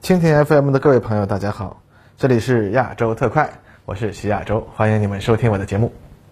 蜻蜓 FM 的各位朋友大家好，这里是亚洲特快，我是徐亚洲，欢迎你们收听我的节目。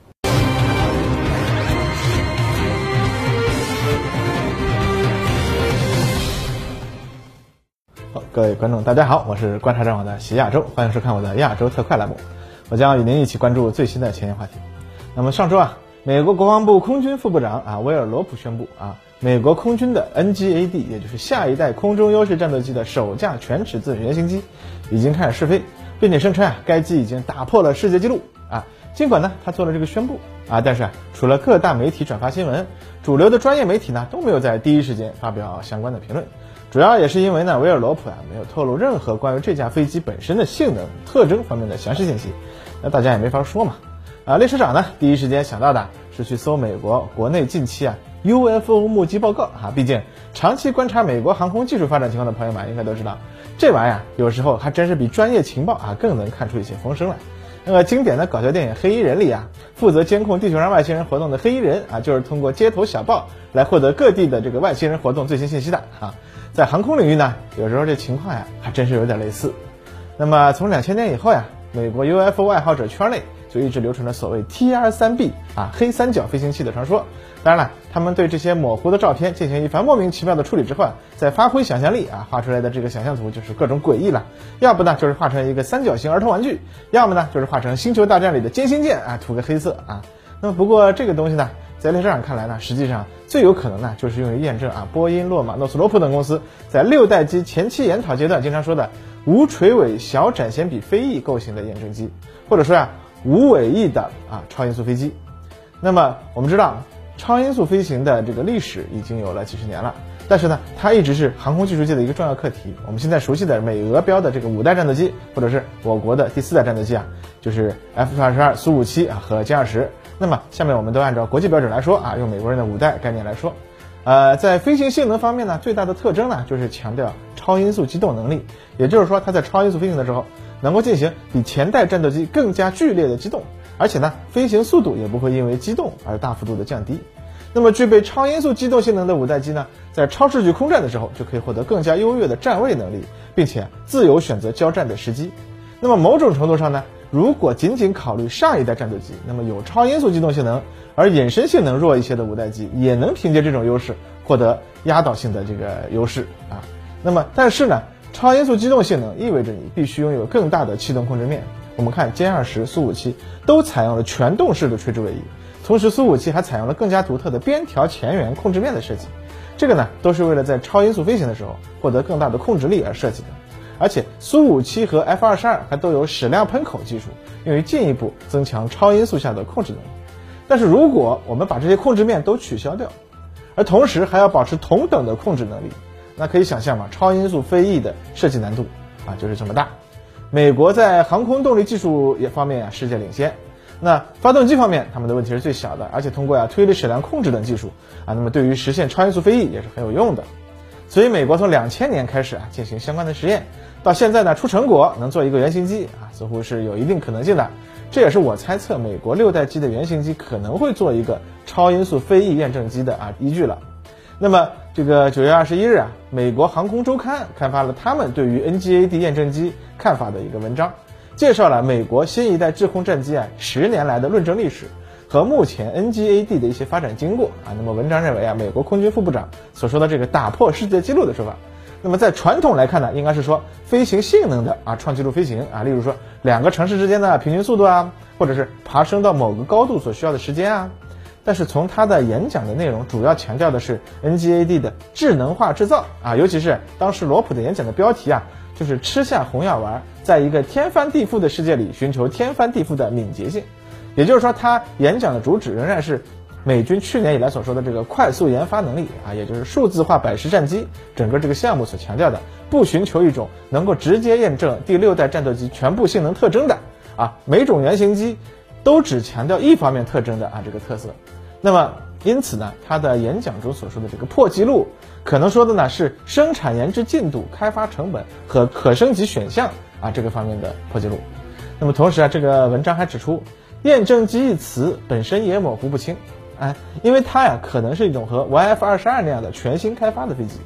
好，各位观众大家好，我是观察者网的徐亚洲，欢迎收看我的亚洲特快栏目，我将与您一起关注最新的前沿话题。那么上周美国国防部空军副部长威尔罗普宣布美国空军的 NGAD， 也就是下一代空中优势战斗机的首架全尺寸原型机已经开始试飞，并且声称该机已经打破了世界纪录尽管他做了这个宣布但是除了各大媒体转发新闻，主流的专业媒体都没有在第一时间发表相关的评论，主要也是因为维尔罗普没有透露任何关于这架飞机本身的性能特征方面的详细信息，那大家也没法说嘛。列车长第一时间想到的是去搜美国国内近期UFO 目击报告毕竟长期观察美国航空技术发展情况的朋友们应该都知道，这玩意有时候还真是比专业情报更能看出一些风声来。那个经典的搞笑电影《黑衣人》里负责监控地球上外星人活动的黑衣人就是通过街头小报来获得各地的这个外星人活动最新信息的在航空领域有时候这情况还真是有点类似。那么从2000年以后美国 UFO 爱好者圈内就一直流传着所谓 TR3B 黑三角飞行器的传说。当然了，他们对这些模糊的照片进行一番莫名其妙的处理之后再发挥想象力画出来的这个想象图就是各种诡异了，要不就是画成一个三角形儿童玩具，要么就是画成星球大战里的歼星舰涂个黑色那么不过这个东西在列车上看来实际上最有可能就是用于验证波音、洛马、诺斯罗普等公司在6代机前期研讨阶段经常说的无垂尾小展弦比飞翼构型的验证机，或者说无尾翼的超音速飞机。那么我们知道超音速飞行的这个历史已经有了几十年了，但是它一直是航空技术界的一个重要课题。我们现在熟悉的美俄标的这个5代战斗机，或者是我国的第4代战斗机就是 F-22、苏57和歼20。那么下面我们都按照国际标准来说用美国人的5代概念来说，在飞行性能方面最大的特征就是强调超音速机动能力，也就是说它在超音速飞行的时候能够进行比前代战斗机更加剧烈的机动，而且飞行速度也不会因为机动而大幅度的降低。那么具备超音速机动性能的5代机在超视距空战的时候就可以获得更加优越的站位能力，并且自由选择交战的时机。那么某种程度上如果仅仅考虑上一代战斗机，那么有超音速机动性能而隐身性能弱一些的5代机也能凭借这种优势获得压倒性的这个优势那么但是超音速机动性能意味着你必须拥有更大的气动控制面。我们看歼20、苏57都采用了全动式的垂直尾翼，同时苏57还采用了更加独特的边条前缘控制面的设计，这个都是为了在超音速飞行的时候获得更大的控制力而设计的。而且苏57和 F-22还都有矢量喷口技术，用于进一步增强超音速下的控制能力。但是如果我们把这些控制面都取消掉，而同时还要保持同等的控制能力，那可以想象超音速飞翼的设计难度就是这么大。美国在航空动力技术方面世界领先，那发动机方面他们的问题是最小的，而且通过推力矢量控制等技术那么对于实现超音速飞翼也是很有用的。所以美国从2000年开始进行相关的实验，到现在出成果能做一个原型机似乎是有一定可能性的。这也是我猜测美国6代机的原型机可能会做一个超音速飞翼验证机的依据了。那么这个9月21日美国航空周刊刊发了他们对于 NGAD 验证机看法的一个文章，介绍了美国新一代制空战机10年来的论证历史和目前 NGAD 的一些发展经过那么文章认为美国空军副部长所说的这个打破世界纪录的说法，那么在传统来看应该是说飞行性能的创纪录飞行例如说2个城市之间的平均速度或者是爬升到某个高度所需要的时间但是从他的演讲的内容主要强调的是 NGAD 的智能化制造尤其是当时罗普的演讲的标题就是吃下红药丸，在一个天翻地覆的世界里寻求天翻地覆的敏捷性。也就是说他演讲的主旨仍然是美军去年以来所说的这个快速研发能力也就是数字化百式战机整个这个项目所强调的，不寻求一种能够直接验证第6代战斗机全部性能特征的每种原型机都只强调一方面特征的这个特色。那么因此他的演讲中所说的这个破纪录可能说的是生产研制进度、开发成本和可升级选项这个方面的破纪录。那么同时这个文章还指出验证机一词本身也模糊不清因为它可能是一种和 YF-22那样的全新开发的飞机，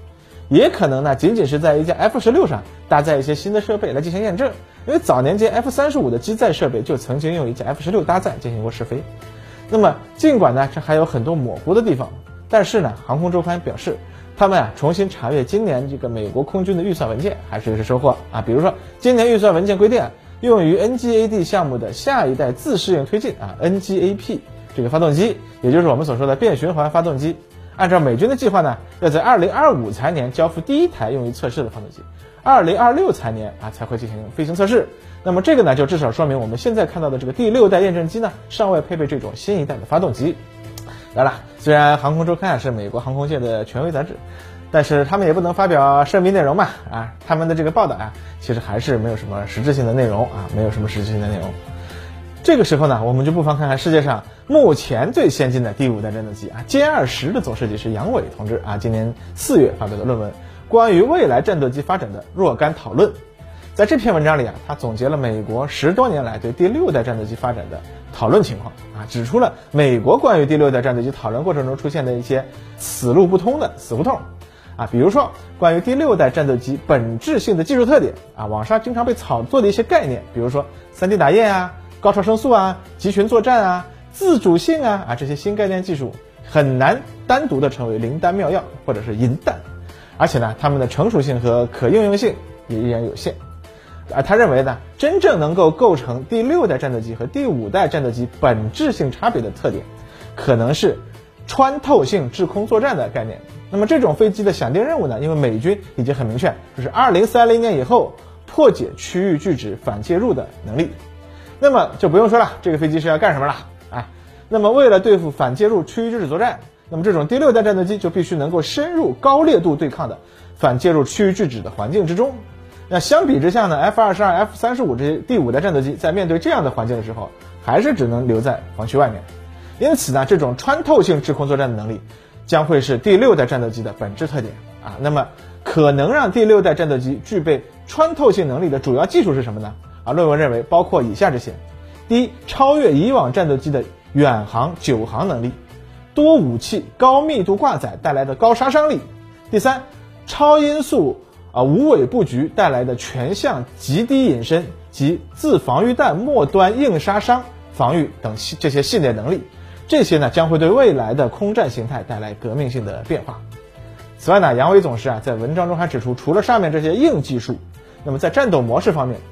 也可能呢仅仅是在一架 F-16上搭载一些新的设备来进行验证，因为早年间 F-35的机载设备就曾经用一架 F-16搭载进行过试飞。那么尽管呢这还有很多模糊的地方，但是呢航空周刊表示，他们重新查阅今年这个美国空军的预算文件还是有些收获啊。比如说今年预算文件规定用于 NGAD 项目的下一代自适应推进NGAP 这个发动机，也就是我们所说的变循环发动机，按照美军的计划呢，要在2025财年交付第一台用于测试的发动机，2026财年才会进行飞行测试。那么这个呢就至少说明我们现在看到的这个第6代验证机呢尚未配备这种新一代的发动机。当然了，虽然航空周刊是美国航空界的权威杂志，但是他们也不能发表声明内容嘛他们的这个报道其实还是没有什么实质性的内容没有什么实质性的内容。这个时候呢，我们就不妨看看世界上目前最先进的第5代战斗机歼20的总设计师杨伟同志今年4月发表的论文《关于未来战斗机发展的若干讨论》。在这篇文章里他总结了美国10多年来对第6代战斗机发展的讨论情况指出了美国关于第6代战斗机讨论过程中出现的一些此路不通的死胡同比如说关于第6代战斗机本质性的技术特点网上经常被炒作的一些概念，比如说 3D 打印高超声速集群作战自主性这些新概念技术很难单独的成为灵丹妙药或者是银弹，而且呢它们的成熟性和可应用性也依然有限。他认为呢，真正能够构成第6代战斗机和第5代战斗机本质性差别的特点，可能是穿透性制空作战的概念。那么这种飞机的响定任务呢，因为美军已经很明确，就是2030年以后破解区域拒止反介入的能力。那么就不用说了，这个飞机是要干什么了那么为了对付反介入区域拒止作战，那么这种第6代战斗机就必须能够深入高烈度对抗的反介入区域拒止的环境之中。那相比之下呢 F-22、F-35这些第5代战斗机在面对这样的环境的时候，还是只能留在防区外面。因此呢，这种穿透性制空作战的能力将会是第6代战斗机的本质特点那么可能让第6代战斗机具备穿透性能力的主要技术是什么呢论文认为包括以下这些：第一，超越以往战斗机的远航久航能力，多武器高密度挂载带来的高杀伤力；第三，超音速无尾布局带来的全向极低隐身及自防御弹末端硬杀伤防御等这些系列能力，这些呢将会对未来的空战形态带来革命性的变化。此外呢，杨伟总师在文章中还指出，除了上面这些硬技术，那么在战斗模式方面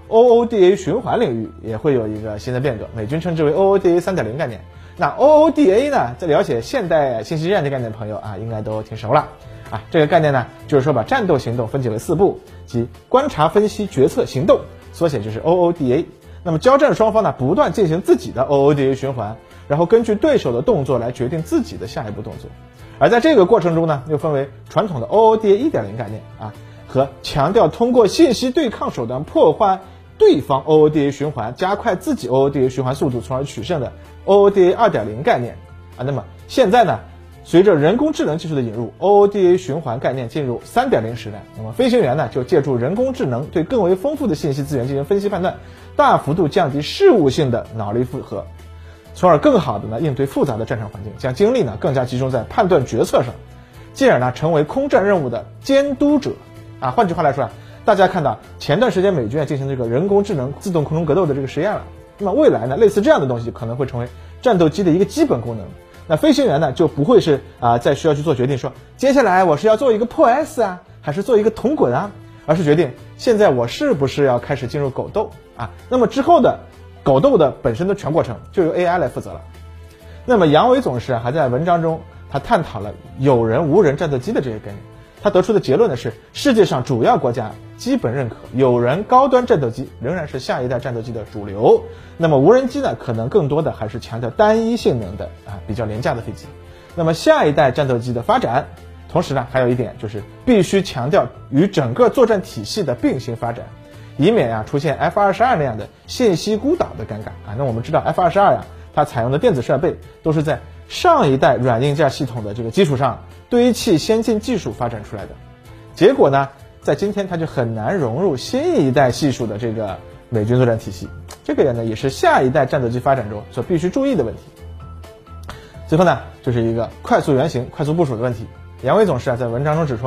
OODA 循环领域也会有一个新的变革，美军称之为 OODA 3.0 概念。那 OODA 呢，在了解现代信息战这概念的朋友应该都挺熟了这个概念呢，就是说把战斗行动分解为4步，即观察、分析、决策、行动，缩写就是 OODA。那么交战双方呢，不断进行自己的 OODA 循环，然后根据对手的动作来决定自己的下一步动作。而在这个过程中呢，又分为传统的 OODA 1.0 概念和强调通过信息对抗手段破坏对方 OODA 循环，加快自己 OODA 循环速度，从而取胜的 OODA 2.0 概念那么现在呢，随着人工智能技术的引入， OODA 循环概念进入 3.0 时代。那么飞行员呢，就借助人工智能对更为丰富的信息资源进行分析判断，大幅度降低事务性的脑力负荷，从而更好的应对复杂的战场环境，将精力更加集中在判断决策上，进而成为空战任务的监督者换句话来说大家看到前段时间美军进行这个人工智能自动空中格斗的这个实验了，那么未来呢，类似这样的东西可能会成为战斗机的一个基本功能。那飞行员呢，就不会是再需要去做决定，说接下来我是要做一个破 S 还是做一个铜滚而是决定现在我是不是要开始进入狗斗那么之后的狗斗的本身的全过程就由 AI 来负责了。那么杨伟总师还在文章中他探讨了有人无人战斗机的这些概念，他得出的结论呢是，世界上主要国家基本认可有人高端战斗机仍然是下一代战斗机的主流，那么无人机呢，可能更多的还是强调单一性能的比较廉价的飞机。那么下一代战斗机的发展，同时呢还有一点就是必须强调与整个作战体系的并行发展，以免出现 F-22 那样的信息孤岛的尴尬那我们知道 F-22它采用的电子设备都是在上一代软硬件系统的这个基础上堆砌先进技术发展出来的，结果呢，在今天它就很难融入新一代系数的这个美军作战体系，这个呢也是下一代战斗机发展中所必须注意的问题。最后呢，就是一个快速原型、快速部署的问题。杨伟总师在文章中指出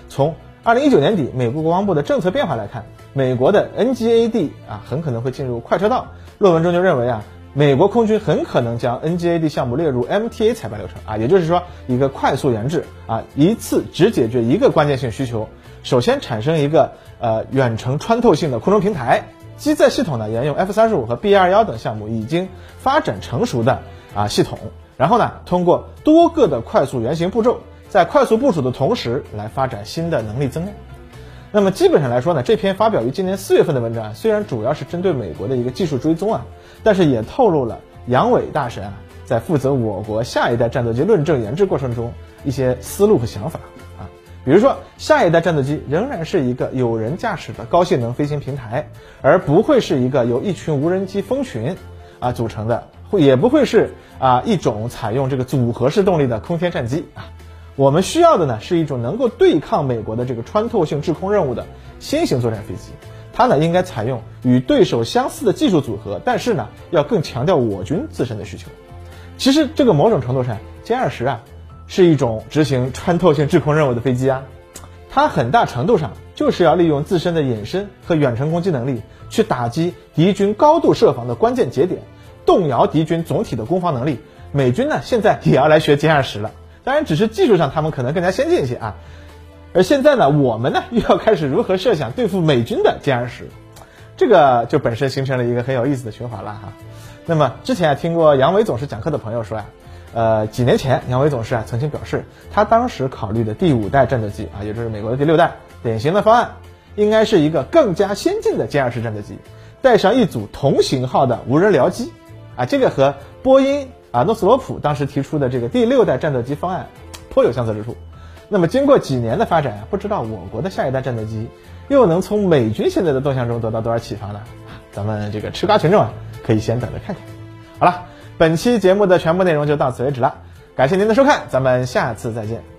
从2019年底美国国防部的政策变化来看，美国的 NGAD 很可能会进入快车道。论文中就认为美国空军很可能将 NGAD 项目列入 MTA 采办流程也就是说一个快速研制一次只解决一个关键性需求。首先产生一个远程穿透性的空中平台，机载系统呢沿用 F-35和 B-21等项目已经发展成熟的系统，然后呢通过多个的快速原型步骤，在快速部署的同时来发展新的能力增量。那么基本上来说呢，这篇发表于今年4月份的文章虽然主要是针对美国的一个技术追踪但是也透露了杨伟大神在负责我国下一代战斗机论证研制过程中一些思路和想法比如说下一代战斗机仍然是一个有人驾驶的高性能飞行平台，而不会是一个由一群无人机蜂群组成的，也不会是一种采用这个组合式动力的空天战机我们需要的呢是一种能够对抗美国的这个穿透性制空任务的新型作战飞机，它呢应该采用与对手相似的技术组合，但是呢要更强调我军自身的需求。其实这个某种程度上歼20是一种执行穿透性制空任务的飞机它很大程度上就是要利用自身的隐身和远程攻击能力去打击敌军高度设防的关键节点，动摇敌军总体的攻防能力。美军呢现在也要来学歼20了，当然只是技术上他们可能更加先进一些而现在呢我们呢又要开始如何设想对付美军的歼20，这个就本身形成了一个很有意思的循环了那么之前听过杨伟总师讲课的朋友说几年前杨伟总师曾经表示，他当时考虑的第5代战斗机也就是美国的第6代典型的方案，应该是一个更加先进的歼20战斗机，带上一组同型号的无人僚机这个和波音诺斯罗普当时提出的这个第6代战斗机方案颇有相似之处。那么经过几年的发展不知道我国的下一代战斗机又能从美军现在的动向中得到多少启发呢？咱们这个吃瓜群众可以先等着看看。好了，本期节目的全部内容就到此为止了，感谢您的收看，咱们下次再见。